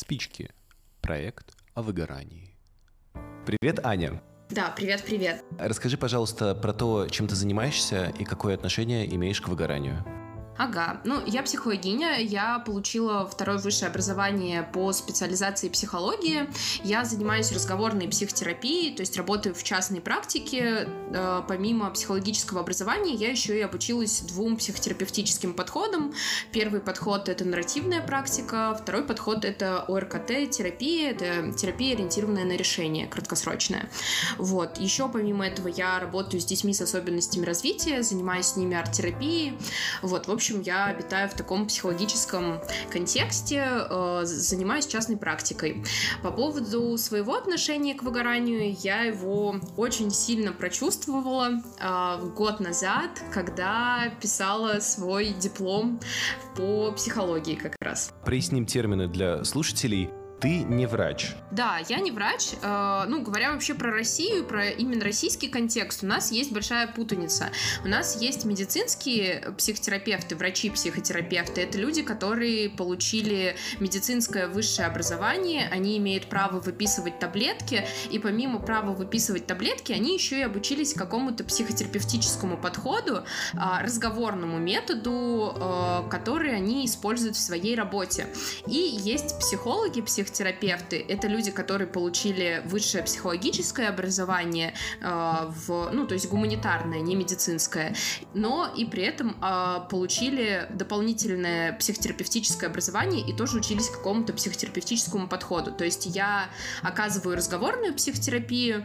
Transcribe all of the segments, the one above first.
Спички. Проект о выгорании. Привет, Аня. Да, привет-привет. Расскажи, пожалуйста, про то, чем ты занимаешься и какое отношение имеешь к выгоранию. Ага, я психологиня, я получила второе высшее образование по специализации психологии, я занимаюсь разговорной психотерапией, то есть работаю в частной практике, помимо психологического образования я еще и обучилась 2 психотерапевтическим подходам. Первый подход — это нарративная практика, второй подход — это ОРКТ-терапия, это терапия, ориентированная на решение, краткосрочная. Вот, еще помимо этого я работаю с детьми с особенностями развития, занимаюсь с ними арт-терапией, вот, в общем, я обитаю в таком психологическом контексте, занимаюсь частной практикой. По поводу своего отношения к выгоранию, я его очень сильно прочувствовала год назад, когда писала свой диплом по психологии как раз. Проясним термины для слушателей. Ты не врач. Да, я не врач. Говоря вообще про Россию, про именно российский контекст, у нас есть большая путаница. У нас есть медицинские психотерапевты, врачи-психотерапевты. Это люди, которые получили медицинское высшее образование, они имеют право выписывать таблетки, и помимо права выписывать таблетки, они еще и обучились какому-то психотерапевтическому подходу, разговорному методу, который они используют в своей работе. И есть психологи, психотерапевты, это люди, которые получили высшее психологическое образование, то есть гуманитарное, не медицинское, но и при этом получили дополнительное психотерапевтическое образование и тоже учились какому-то психотерапевтическому подходу. То есть я оказываю разговорную психотерапию,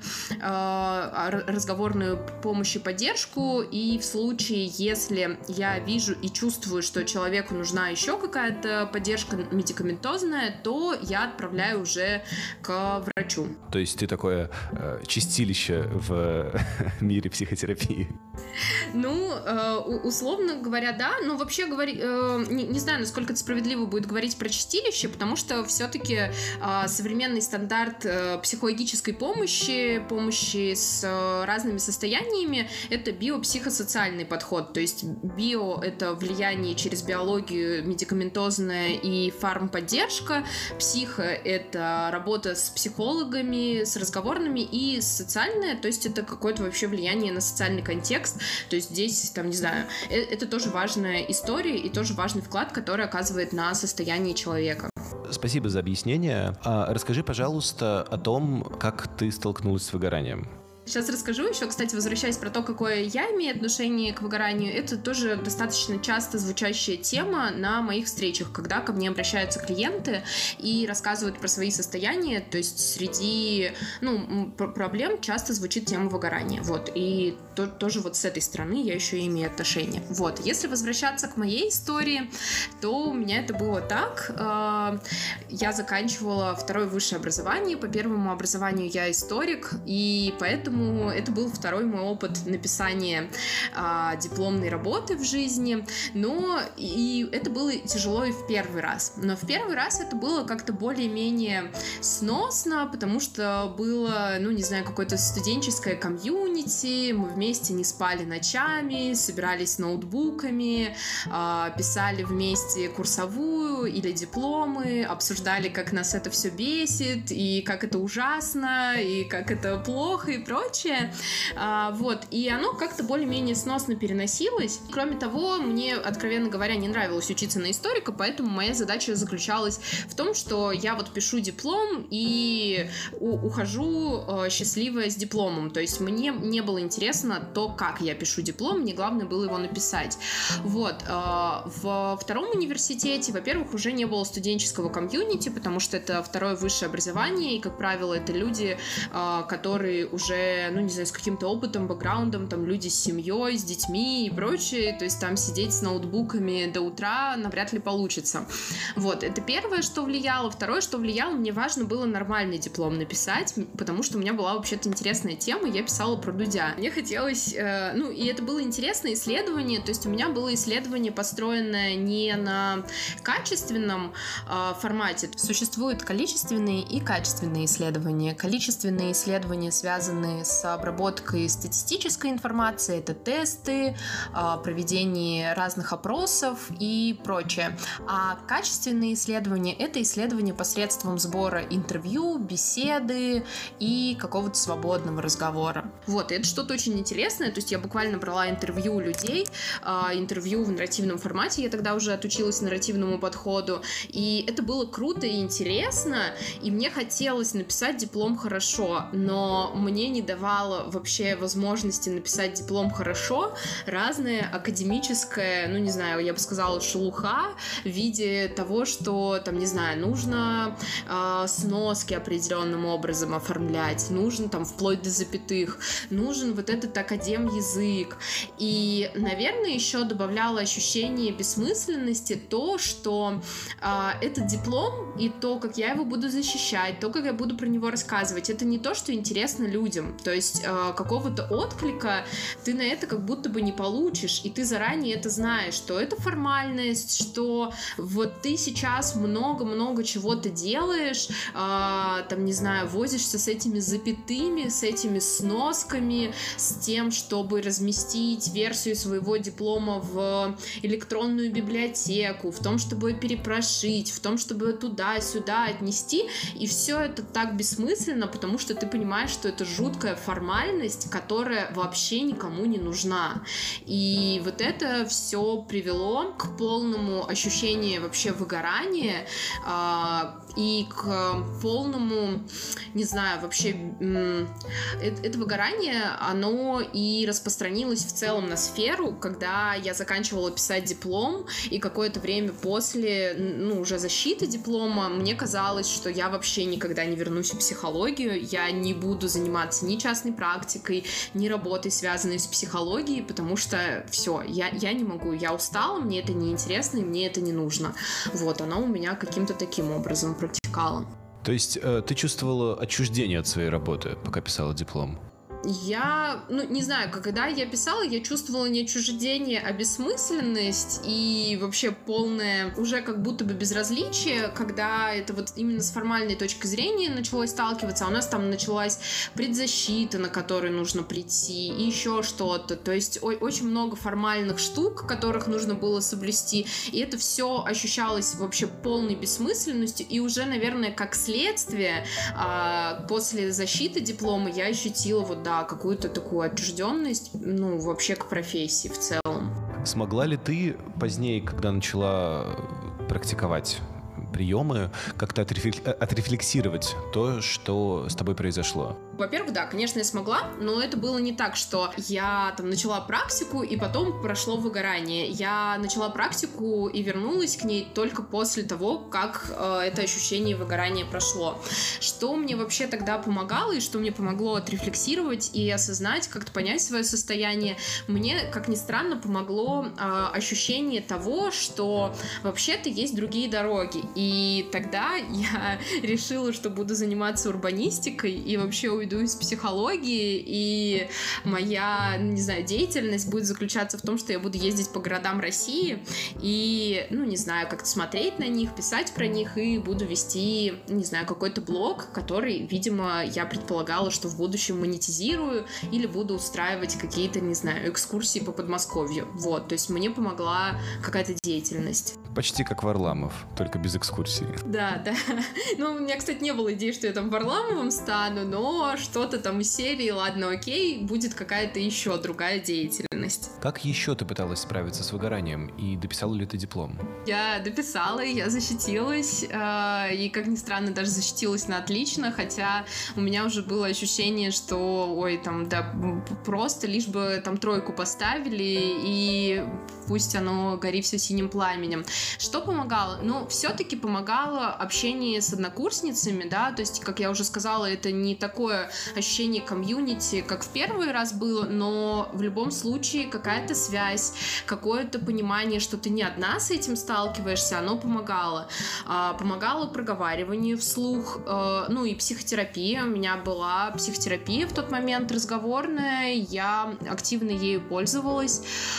разговорную помощь и поддержку, и в случае, если я вижу и чувствую, что человеку нужна еще какая-то поддержка медикаментозная, то я отправляю уже к врачу. То есть ты такое чистилище в мире психотерапии? Условно говоря, да. Но вообще не знаю, насколько это справедливо будет говорить про чистилище, потому что все-таки современный стандарт психологической помощи с разными состояниями — это биопсихосоциальный подход. То есть био — это влияние через биологию, медикаментозная и фармподдержка, психо — это работа с психологами, с разговорными, и социальное, то есть это какое-то вообще влияние на социальный контекст. То есть здесь, это тоже важная история и тоже важный вклад, который оказывает на состояние человека. Спасибо за объяснение. Расскажи, пожалуйста, о том, как ты столкнулась с выгоранием. Сейчас расскажу еще, кстати, возвращаясь про то, какое я имею отношение к выгоранию. Это тоже достаточно часто звучащая тема на моих встречах, когда ко мне обращаются клиенты и рассказывают про свои состояния. То есть среди проблем часто звучит тема выгорания. Вот. И тоже вот с этой стороны я еще и имею отношение. Вот. Если возвращаться к моей истории, то у меня это было так. Я заканчивала второе высшее образование. По первому образованию я историк, и поэтому это был второй мой опыт написания дипломной работы в жизни. Но и это было тяжело и в первый раз. Но в первый раз это было как-то более-менее сносно, потому что было, какое-то студенческое комьюнити, мы вместе не спали ночами, собирались с ноутбуками, писали вместе курсовую или дипломы, обсуждали, как нас это все бесит, и как это ужасно, и как это плохо, и прочее. И оно как-то более-менее сносно переносилось. Кроме того, мне, откровенно говоря, не нравилось учиться на историка, поэтому моя задача заключалась в том, что я пишу диплом и ухожу счастливая с дипломом. То есть мне не было интересно то, как я пишу диплом, мне главное было его написать. В втором университете, во-первых, уже не было студенческого комьюнити, потому что это второе высшее образование, и, как правило, это люди, которые уже с каким-то опытом, бэкграундом, люди с семьей, с детьми и прочее, то есть там сидеть с ноутбуками до утра навряд ли получится. Вот, это первое, что влияло. Второе, что влияло, мне важно было нормальный диплом написать, потому что у меня была вообще-то интересная тема, я писала про Дудя. Мне хотелось, и это было интересное исследование, то есть у меня было исследование, построенное не на качественном формате. Существуют количественные и качественные исследования. Количественные исследования связаны с обработкой статистической информации, это тесты, проведение разных опросов и прочее. А качественные исследования — это исследования посредством сбора интервью, беседы и какого-то свободного разговора. Вот, и это что-то очень интересное, то есть я буквально брала интервью у людей, интервью в нарративном формате, я тогда уже отучилась нарративному подходу, и это было круто и интересно, и мне хотелось написать диплом хорошо, но мне не давало вообще возможности написать диплом хорошо разная академическая, ну не знаю, я бы сказала, шелуха в виде того, что там, не знаю, нужно сноски определенным образом оформлять, нужно там вплоть до запятых, нужен вот этот академ-язык. И, наверное, еще добавляло ощущение бессмысленности то, что этот диплом и то, как я его буду защищать, то, как я буду про него рассказывать, это не то, что интересно людям. То есть какого-то отклика ты на это как будто бы не получишь, и ты заранее это знаешь, что это формальность, что вот ты сейчас много-много чего-то делаешь, там, не знаю, возишься с этими запятыми, с этими сносками, с тем, чтобы разместить версию своего диплома в электронную библиотеку, в том, чтобы перепрошить, в том, чтобы туда-сюда отнести, и все это так бессмысленно, потому что ты понимаешь, что это жуткая формальность, которая вообще никому не нужна. И вот это все привело к полному ощущению вообще выгорания и к полному, не знаю, вообще это выгорание, оно и распространилось в целом на сферу, когда я заканчивала писать диплом, и какое-то время после, уже защиты диплома, мне казалось, что я вообще никогда не вернусь в психологию, я не буду заниматься ни частной практикой, ни работой, связанной с психологией, потому что все, я не могу, я устала, мне это неинтересно, и мне это не нужно. Вот, оно у меня каким-то таким образом протекало. То есть ты чувствовала отчуждение от своей работы, пока писала диплом? Я, не знаю, когда я писала, я чувствовала не отчуждение, а бессмысленность и вообще полное уже как будто бы безразличие, когда это вот именно с формальной точки зрения началось сталкиваться, а у нас там началась предзащита, на которую нужно прийти, и еще что-то, то есть очень много формальных штук, которых нужно было соблюсти, и это все ощущалось вообще полной бессмысленностью, и уже, наверное, как следствие, после защиты диплома я ощутила какую-то такую отчужденность, вообще к профессии в целом. Смогла ли ты позднее, когда начала практиковать приемы, как-то отрефлексировать то, что с тобой произошло? Во-первых, да, конечно, я смогла, но это было не так, что я там начала практику, и потом прошло выгорание. Я начала практику и вернулась к ней только после того, как это ощущение выгорания прошло. Что мне вообще тогда помогало, и что мне помогло отрефлексировать и осознать, как-то понять свое состояние, мне, как ни странно, помогло ощущение того, что вообще-то есть другие дороги. И тогда я решила, что буду заниматься урбанистикой и вообще уйду из психологии, и моя, деятельность будет заключаться в том, что я буду ездить по городам России и, как-то смотреть на них, писать про них, и буду вести, какой-то блог, который, видимо, я предполагала, что в будущем монетизирую, или буду устраивать какие-то, экскурсии по Подмосковью. Вот, то есть мне помогла какая-то деятельность. Почти как Варламов, только без экскурсий. Да. У меня, кстати, не было идеи, что я там Варламовым стану, но что-то там из серии, ладно, окей, будет какая-то еще другая деятельность. Как еще ты пыталась справиться с выгоранием, и дописала ли ты диплом? Я дописала, я защитилась, и, как ни странно, даже защитилась на отлично, хотя у меня уже было ощущение, что, просто лишь бы там 3 поставили, и пусть оно гори все синим пламенем. Что помогало? Все-таки помогало общение с однокурсницами, да, то есть, как я уже сказала, это не такое ощущение комьюнити, как в первый раз было, но в любом случае случае какая-то связь, какое-то понимание, что ты не одна с этим сталкиваешься, оно помогало. Помогало проговариванию вслух, ну и психотерапия. У меня была психотерапия в тот момент разговорная, я активно ею пользовалась.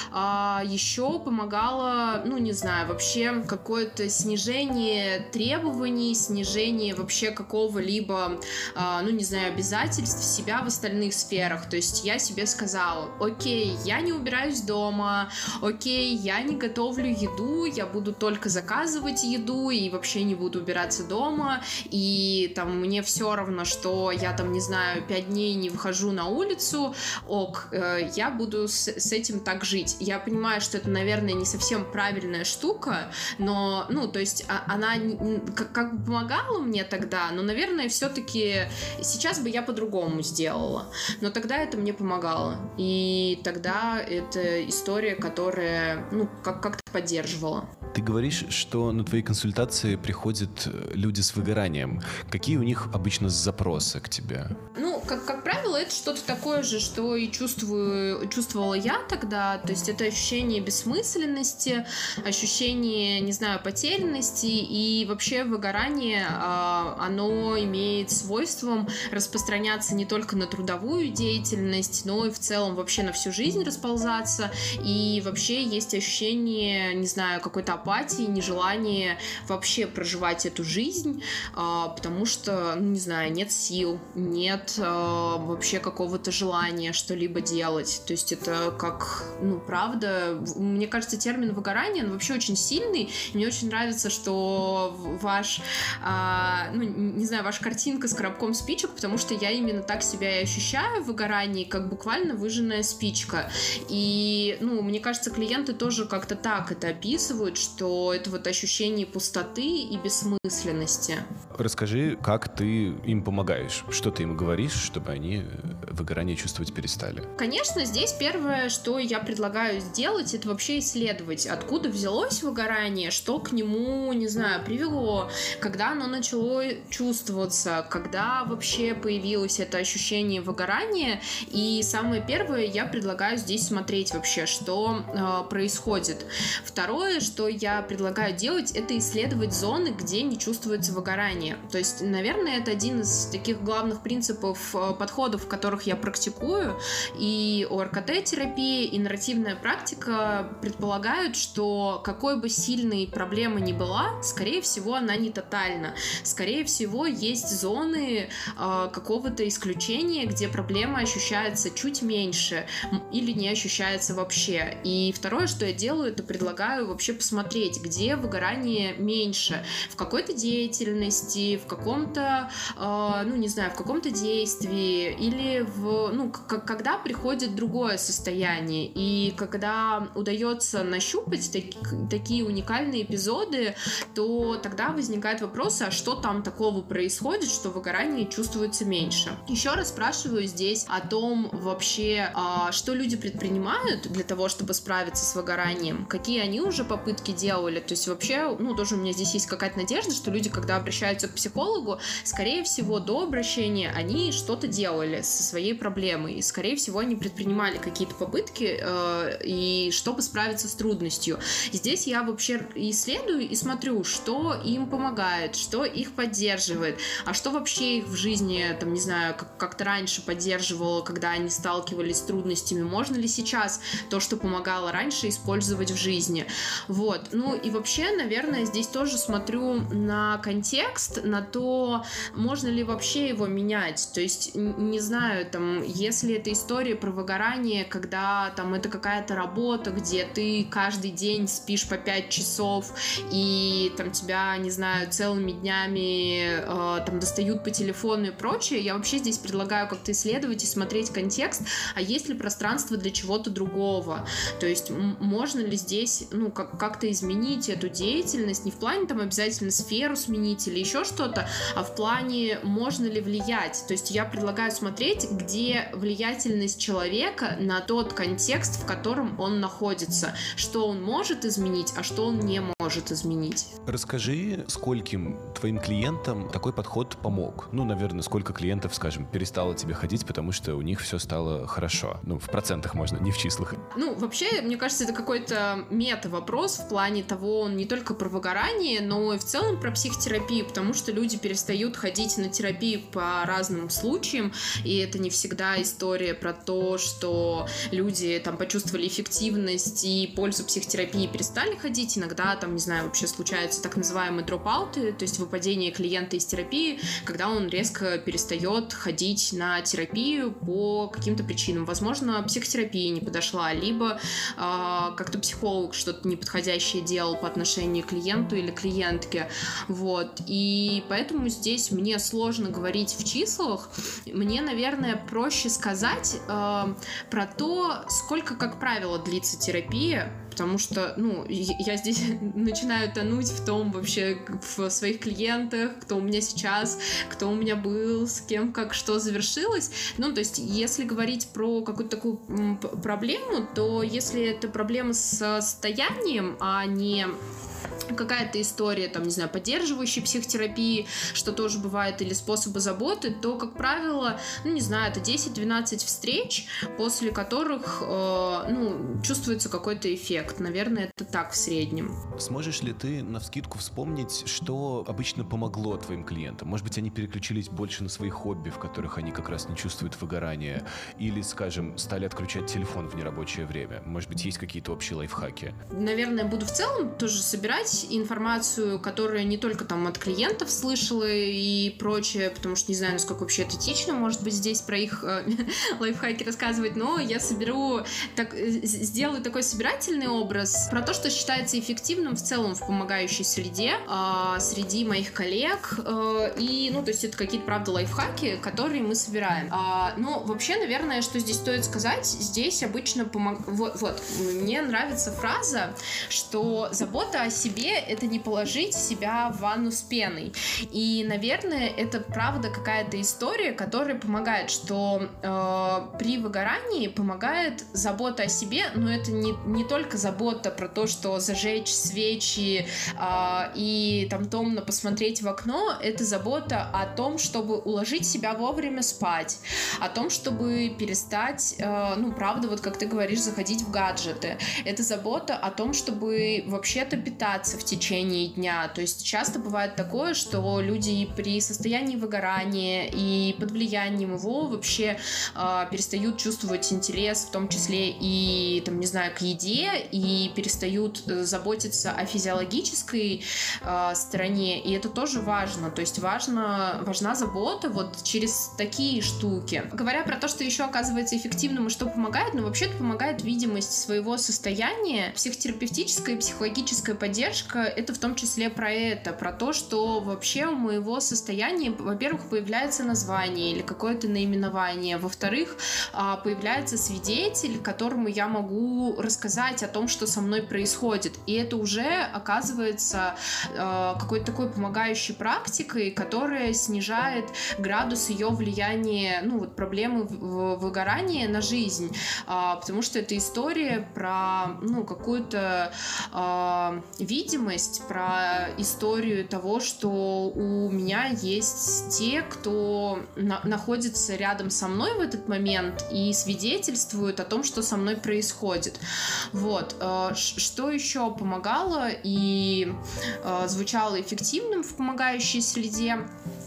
Еще помогало, ну не знаю, вообще какое-то снижение требований, снижение вообще какого-либо, ну не знаю, обязательств себя в остальных сферах. То есть я себе сказала: окей, я не убираюсь дома, окей, я не готовлю еду, я буду только заказывать еду и вообще не буду убираться дома, и там мне все равно, что я там, не знаю, 5 дней не выхожу на улицу, я буду с этим так жить. Я понимаю, что это, наверное, не совсем правильная штука, но, ну, то есть она как бы помогала мне тогда, но, наверное, все-таки сейчас бы я по-другому сделала. Но тогда это мне помогало. И тогда это история, которая, ну, как-то поддерживала. Ты говоришь, что на твои консультации приходят люди с выгоранием. Какие у них обычно запросы к тебе? Ну, как правило, это что-то такое же, что и чувствовала я тогда. То есть это ощущение бессмысленности, ощущение, не знаю, потерянности, и вообще выгорание, оно имеет свойством распространяться не только на трудовую деятельность, но и в целом вообще на всю жизнь расползаться. И вообще есть ощущение, не знаю, какой-то апатии, нежелание вообще проживать эту жизнь, потому что, ну, не знаю, нет сил, нет вообще какого-то желания что-либо делать. То есть это как, ну, правда, мне кажется, термин выгорание, он вообще очень сильный, и мне очень нравится, что ваш, ну, не знаю, ваша картинка с коробком спичек, потому что я именно так себя и ощущаю в выгорании, как буквально выжженная спичка. И, ну, мне кажется, клиенты тоже как-то так это описывают, что это вот ощущение пустоты и бессмысленности. Расскажи, как ты им помогаешь, что ты им говоришь, чтобы они выгорание чувствовать перестали? Конечно, здесь первое, что я предлагаю сделать, это вообще исследовать, откуда взялось выгорание, что к нему, не знаю, привело, когда оно начало чувствоваться, когда вообще появилось это ощущение выгорания. И самое первое, я предлагаю здесь смотреть вообще, что происходит. Второе, что я предлагаю делать, это исследовать зоны, где не чувствуется выгорание. То есть, наверное, это один из таких главных принципов, подходов, которых я практикую. И ОРКТ-терапия, и нарративная практика предполагают, что какой бы сильной проблема ни была, скорее всего, она не тотальна. Скорее всего, есть зоны какого-то исключения, где проблема ощущается чуть меньше или не ощущается вообще. И второе, что я делаю, это предлагаю вообще посмотреть, где выгорание меньше. В какой-то деятельности, в каком-то, ну, не знаю, в каком-то действии, или когда приходит другое состояние. И когда удается нащупать такие уникальные эпизоды, то тогда возникает вопрос, а что там такого происходит, что выгорание чувствуется меньше. Еще раз спрашиваю здесь о том вообще, что люди предпринимают для того, чтобы справиться с выгоранием, какие они уже попытки делали. То есть вообще, ну, тоже у меня здесь есть какая-то надежда, что люди, когда обращаются к психологу, скорее всего, до обращения они что-то делали со своей проблемой. И, скорее всего, они предпринимали какие-то попытки, и чтобы справиться с трудностью. И здесь я вообще исследую и смотрю, что им помогает, что их поддерживает, а что вообще их в жизни, там, не знаю, как-то раньше поддерживало, когда они сталкивались с трудностями. Можно ли сейчас то, что помогало раньше, использовать в жизни? Вот. Ну и вообще, наверное, здесь тоже смотрю на контекст, на то, можно ли вообще его менять. То есть, не знаю, там, если это история про выгорание, когда там это какая-то работа, где ты каждый день спишь по 5 часов, и там тебя, не знаю, целыми днями там достают по телефону и прочее, я вообще здесь предлагаю как-то исследовать и смотреть контекст, а есть ли пространство для чего-то другого. То есть, можно ли здесь, ну, как-то изменить эту деятельность, не в плане там обязательно сферу сменить или еще что-то, а в плане, можно ли влиять. То есть я предлагаю смотреть, где влиятельность человека на тот контекст, в котором он находится, что он может изменить, а что он не может изменить. Расскажи, скольким твоим клиентам такой подход помог? Ну, наверное, сколько клиентов, скажем, перестало тебе ходить, потому что у них все стало хорошо. Ну, в процентах можно, не в числах. Ну, вообще, мне кажется, это какой-то мета-вопрос в плане того, он не только про выгорание, но и в целом про психотерапию, потому что люди перестают ходить на терапию по разным случаям, и это не всегда история про то, что люди там почувствовали эффективность и пользу психотерапии и перестали ходить. Иногда там, не знаю, вообще случаются так называемые дропауты, то есть выпадение клиента из терапии, когда он резко перестает ходить на терапию по каким-то причинам. Возможно, психотерапия не подошла, либо как-то психолог что-то неподходящее делал по отношению к клиенту или клиентке. Вот. И поэтому здесь мне сложно говорить в числах. Мне, наверное, проще сказать про то, сколько, как правило, длится терапия, потому что, ну, я здесь начинаю тонуть в том вообще, в своих клиентах, кто у меня сейчас, кто у меня был, с кем, как, что завершилось. Ну, то есть, если говорить про какую-то такую проблему, то если это проблема с состоянием, а не какая-то история, там, не знаю, поддерживающей психотерапии, что тоже бывает, или способы заботы, то, как правило, ну, не знаю, это 10-12 встреч, после которых, чувствуется какой-то эффект. Наверное, это так в среднем. Сможешь ли ты навскидку вспомнить, что обычно помогло твоим клиентам? Может быть, они переключились больше на свои хобби, в которых они как раз не чувствуют выгорания, или, скажем, стали отключать телефон в нерабочее время? Может быть, есть какие-то общие лайфхаки? Наверное, буду в целом тоже собирать информацию, которую не только там от клиентов слышала и прочее, потому что не знаю, насколько вообще это этично, может быть, здесь про их лайфхаки рассказывать, но я сделаю такой собирательный образ про то, что считается эффективным в целом в помогающей среде, среди моих коллег, и, то есть это какие-то, правда, лайфхаки, которые мы собираем. Но вообще, наверное, что здесь стоит сказать, здесь обычно мне нравится фраза, что забота о себе — это не положить себя в ванну с пеной. И, наверное, это правда какая-то история, которая помогает, что при выгорании помогает забота о себе, но это не только забота про то, что зажечь свечи и там томно посмотреть в окно, это забота о том, чтобы уложить себя вовремя спать, о том, чтобы перестать, правда, вот как ты говоришь, заходить в гаджеты. Это забота о том, чтобы вообще-то питаться в течение дня. То есть часто бывает такое, что люди при состоянии выгорания и под влиянием его вообще перестают чувствовать интерес, в том числе и, там, не знаю, к еде, и перестают заботиться о физиологической стороне, и это тоже важно. То есть важна забота вот через такие штуки. Говоря про то, что еще оказывается эффективным и что помогает, вообще-то помогает видимость своего состояния. Психотерапевтическая и психологическая поддержка — это в том числе про то, что вообще у моего состояния, во-первых, появляется название или какое-то наименование, во-вторых, появляется свидетель, которому я могу рассказать о том, что со мной происходит, и это уже оказывается какой-то такой помогающей практикой, которая снижает градус ее влияния, проблемы выгорания на жизнь, потому что это история про, какую-то видимость, про историю того, что у меня есть те, кто находится рядом со мной в этот момент и свидетельствуют о том, что со мной происходит. Вот. Что еще помогало и звучало эффективным в помогающей среде?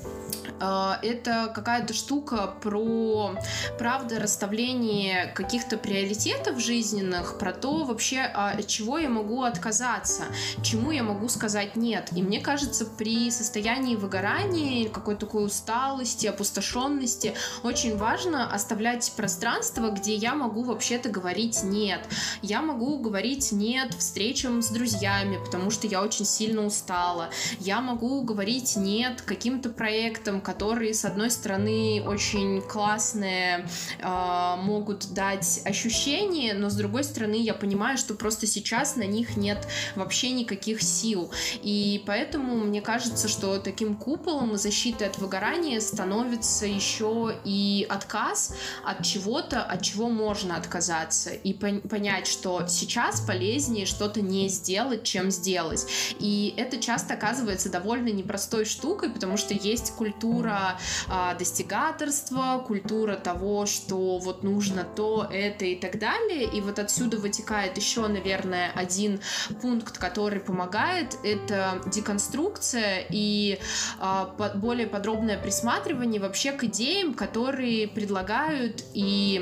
Это какая-то штука про, правда, расставление каких-то приоритетов жизненных, про то вообще, от чего я могу отказаться, чему я могу сказать нет. И мне кажется, при состоянии выгорания или какой-то такой усталости, опустошенности очень важно оставлять пространство, где я могу вообще-то говорить нет. Я могу говорить нет встречам с друзьями, потому что я очень сильно устала. Я могу говорить нет каким-то проектам, которые, с одной стороны, очень классные, могут дать ощущения, но с другой стороны, я понимаю, что просто сейчас на них нет вообще никаких сил. И поэтому мне кажется, что таким куполом защиты от выгорания становится еще и отказ от чего-то, от чего можно отказаться, и понять, что сейчас полезнее что-то не сделать, чем сделать. И это часто оказывается довольно непростой штукой, потому что есть культура достигаторства, культура того, что вот нужно то, это и так далее. И вот отсюда вытекает еще, наверное, один пункт, который помогает. Это деконструкция и более подробное присматривание вообще к идеям, которые предлагают и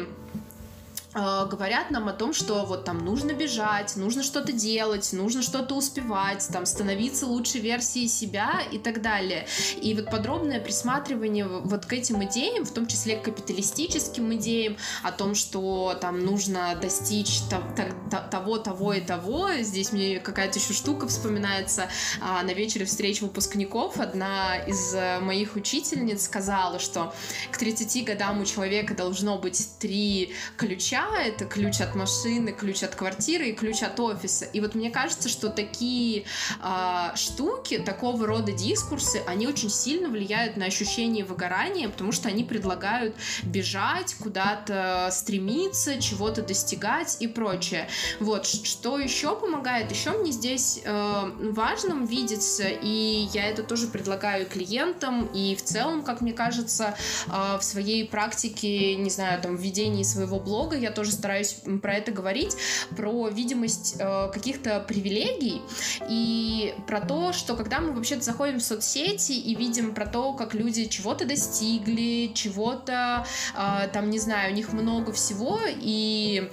говорят нам о том, что вот там нужно бежать, нужно что-то делать, нужно что-то успевать, там становиться лучшей версией себя и так далее. И вот подробное присматривание вот к этим идеям, в том числе к капиталистическим идеям, о том, что там нужно достичь того, того и того. Здесь мне какая-то еще штука вспоминается. На вечере встреч выпускников одна из моих учительниц сказала, что к 30 годам у человека должно быть 3 ключа. Это ключ от машины, ключ от квартиры и ключ от офиса. И вот мне кажется, что такие штуки, такого рода дискурсы, они очень сильно влияют на ощущение выгорания, потому что они предлагают бежать, куда-то стремиться, чего-то достигать и прочее. Вот, что еще помогает? Еще мне здесь важным видится, и я это тоже предлагаю клиентам, и в целом, как мне кажется, в своей практике, не знаю, там, в ведении своего блога я тоже стараюсь про это говорить, про видимость каких-то привилегий и про то, что когда мы вообще-то заходим в соцсети и видим про то, как люди чего-то достигли, чего-то, там, не знаю, у них много всего, и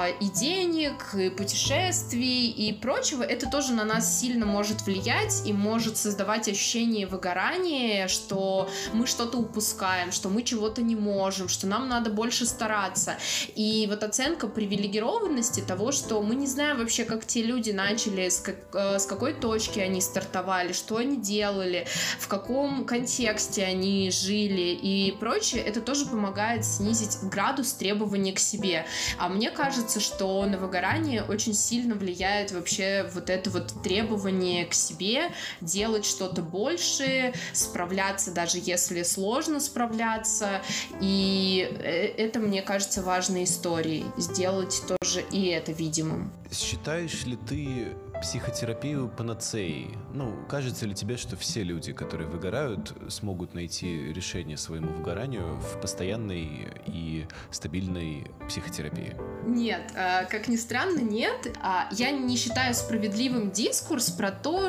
денег, и путешествий, и прочего, это тоже на нас сильно может влиять и может создавать ощущение выгорания, что мы что-то упускаем, что мы чего-то не можем, что нам надо больше стараться. И вот оценка привилегированности того, что мы не знаем вообще, как те люди начали, с какой точки они стартовали, что они делали, в каком контексте они жили и прочее, это тоже помогает снизить градус требований к себе. А мне кажется, что на выгорание очень сильно влияет вообще вот это вот требование к себе, делать что-то больше, справляться, даже если сложно справляться. И это, мне кажется, важной историей. Сделать тоже и это видимым. Считаешь ли ты психотерапию панацеей? Ну, кажется ли тебе, что все люди, которые выгорают, смогут найти решение своему выгоранию в постоянной и стабильной психотерапии? Нет, как ни странно, нет. Я не считаю справедливым дискурс про то,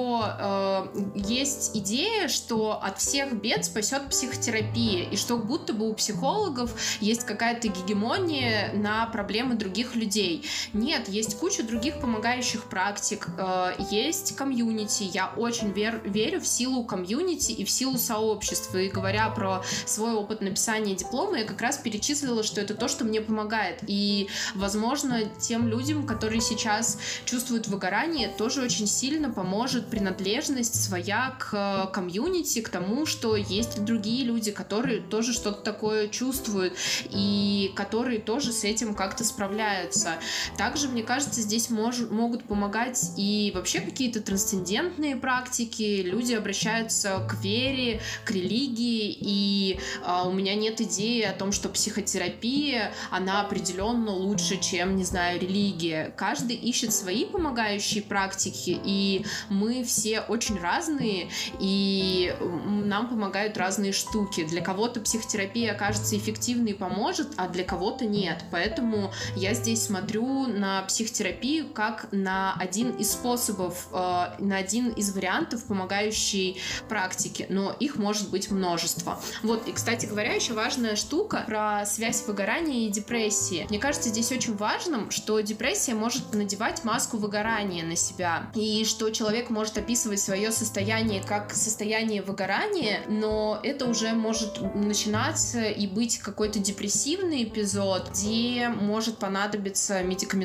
что есть идея, что от всех бед спасет психотерапия, и что будто бы у психологов есть какая-то гегемония на проблемы других людей. Нет, есть куча других помогающих практик, есть комьюнити. Я очень верю в силу комьюнити и в силу сообщества. И говоря про свой опыт написания диплома, я как раз перечислила, что это то, что мне помогает. И, возможно, тем людям, которые сейчас чувствуют выгорание, тоже очень сильно поможет принадлежность своя к комьюнити, к тому, что есть другие люди, которые тоже что-то такое чувствуют и которые тоже с этим как-то справляются. Также, мне кажется, здесь могут помогать и вообще какие-то трансцендентные практики. Люди обращаются к вере, к религии, и у меня нет идеи о том, что психотерапия, она определенно лучше, чем, не знаю, религия. Каждый ищет свои помогающие практики, и мы все очень разные, и нам помогают разные штуки. Для кого-то психотерапия окажется эффективной и поможет, а для кого-то нет. Поэтому я здесь смотрю на психотерапию как на один из способов, на один из вариантов помогающей практики, но их может быть множество. Вот, и, кстати говоря, еще важная штука про связь выгорания и депрессии. Мне кажется, здесь очень важным, что депрессия может надевать маску выгорания на себя, и что человек может описывать свое состояние как состояние выгорания, но это уже может начинаться и быть какой-то депрессивный эпизод, где может понадобиться медикаментозное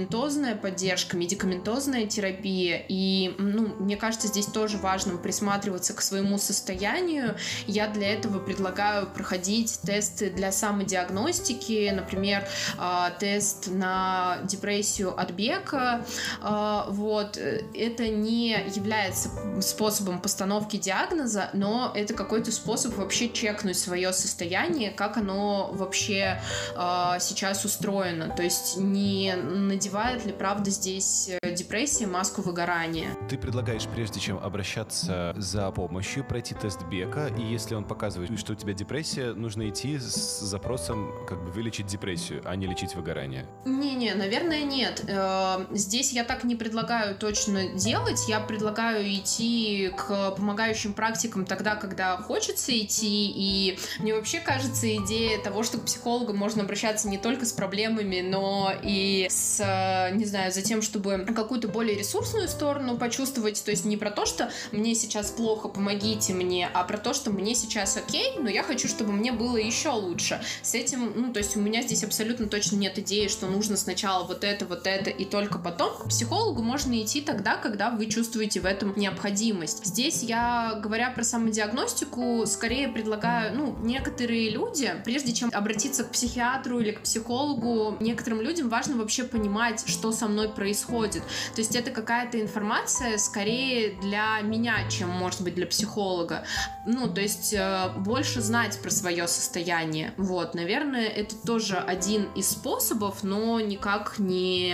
медикаментозная поддержка, медикаментозная терапия. И, мне кажется, здесь тоже важно присматриваться к своему состоянию. Я для этого предлагаю проходить тесты для самодиагностики, например, тест на депрессию от Бека. Вот. Это не является способом постановки диагноза, но это какой-то способ вообще чекнуть свое состояние, как оно вообще сейчас устроено. То есть не надевает ли, правда, здесь депрессия маску выгорания. Ты предлагаешь, прежде чем обращаться за помощью, пройти тест Бека, и если он показывает, что у тебя депрессия, нужно идти с запросом вылечить депрессию, а не лечить выгорание? Не, наверное, нет. Здесь я так не предлагаю точно делать. Я предлагаю идти к помогающим практикам тогда, когда хочется идти. И мне вообще кажется, идея того, что к психологу можно обращаться не только с проблемами, но и с, не знаю, за тем, чтобы какую-то более ресурсную сторону почувствовать. То есть не про то, что мне сейчас плохо, помогите мне, а про то, что мне сейчас окей, но я хочу, чтобы мне было еще лучше. С этим, то есть у меня здесь абсолютно точно нет идеи, что нужно сначала вот это, и только потом. К психологу можно идти тогда, когда вы чувствуете в этом необходимость. Здесь я, говоря про самодиагностику, скорее предлагаю, некоторые люди, прежде чем обратиться к психиатру или к психологу, некоторым людям важно вообще понимать, что со мной происходит. То есть это какая-то информация скорее для меня, чем, может быть, для психолога. То есть больше знать про свое состояние. Вот, наверное, это тоже один из способов, но никак не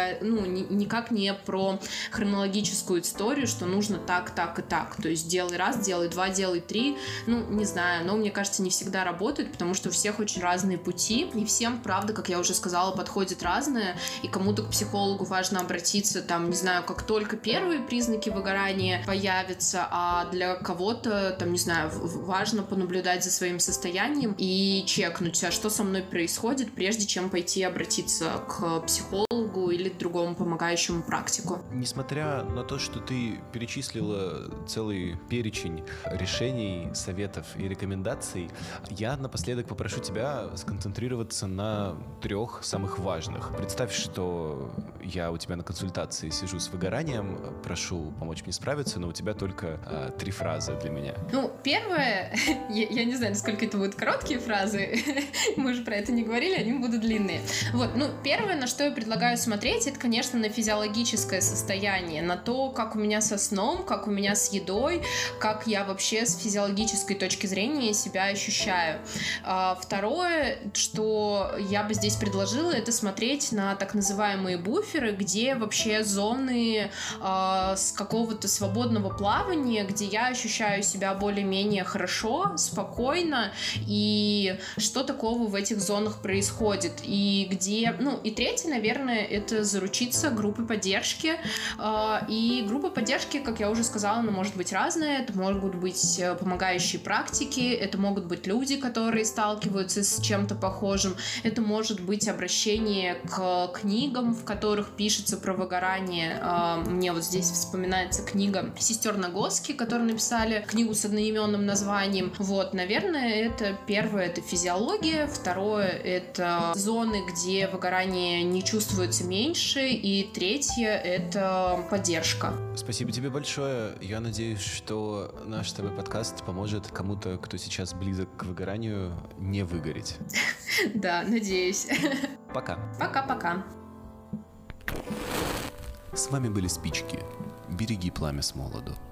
про хронологическую историю, что нужно так и так. То есть делай раз, делай два, делай три. Не знаю, но мне кажется, не всегда работает, потому что у всех очень разные пути, и всем, правда, как я уже сказала, подходит разное, и кому-то к психологу важно обратиться, не знаю, как только первые признаки выгорания появятся, а для кого-то, не знаю, важно понаблюдать за своим состоянием и чекнуть, а что со мной происходит, прежде чем пойти обратиться к психологу или к другому помогающему практику. Несмотря на то, что ты перечислила целый перечень решений, советов и рекомендаций, я напоследок попрошу тебя сконцентрироваться на 3 самых важных. Представь, что я у тебя на консультации сижу с выгоранием, прошу помочь мне справиться, но у тебя только 3 фразы для меня. Первое, я не знаю, насколько это будут короткие фразы, мы же про это не говорили, они будут длинные. Вот, первое, на что я предлагаю смотреть, это, конечно, на физиологическое состояние, на то, как у меня со сном, как у меня с едой, как я вообще с физиологической точки зрения себя ощущаю. Второе, что я бы здесь предложила, это смотреть на так называемые буферы, где вообще зоны с какого-то свободного плавания, где я ощущаю себя более-менее хорошо, спокойно, и что такого в этих зонах происходит, и где, и третье, наверное, это заручиться группой поддержки, и группа поддержки, как я уже сказала, она может быть разная, это могут быть помогающие практики, это могут быть люди, которые сталкиваются с чем-то похожим, это может быть обращение к книгам, в которых пишется про выгорание. Мне вот здесь вспоминается книга сестер Нагоски, которые написали книгу с одноименным названием. Вот, наверное, это первое, это физиология, второе, это зоны, где выгорание не чувствуется меньше, и третье, это поддержка. Спасибо тебе большое. Я надеюсь, что наш с тобой подкаст поможет кому-то, кто сейчас близок к выгоранию, не выгореть. Да, надеюсь. Пока. Пока-пока. С вами были Спички. Береги пламя с молоду.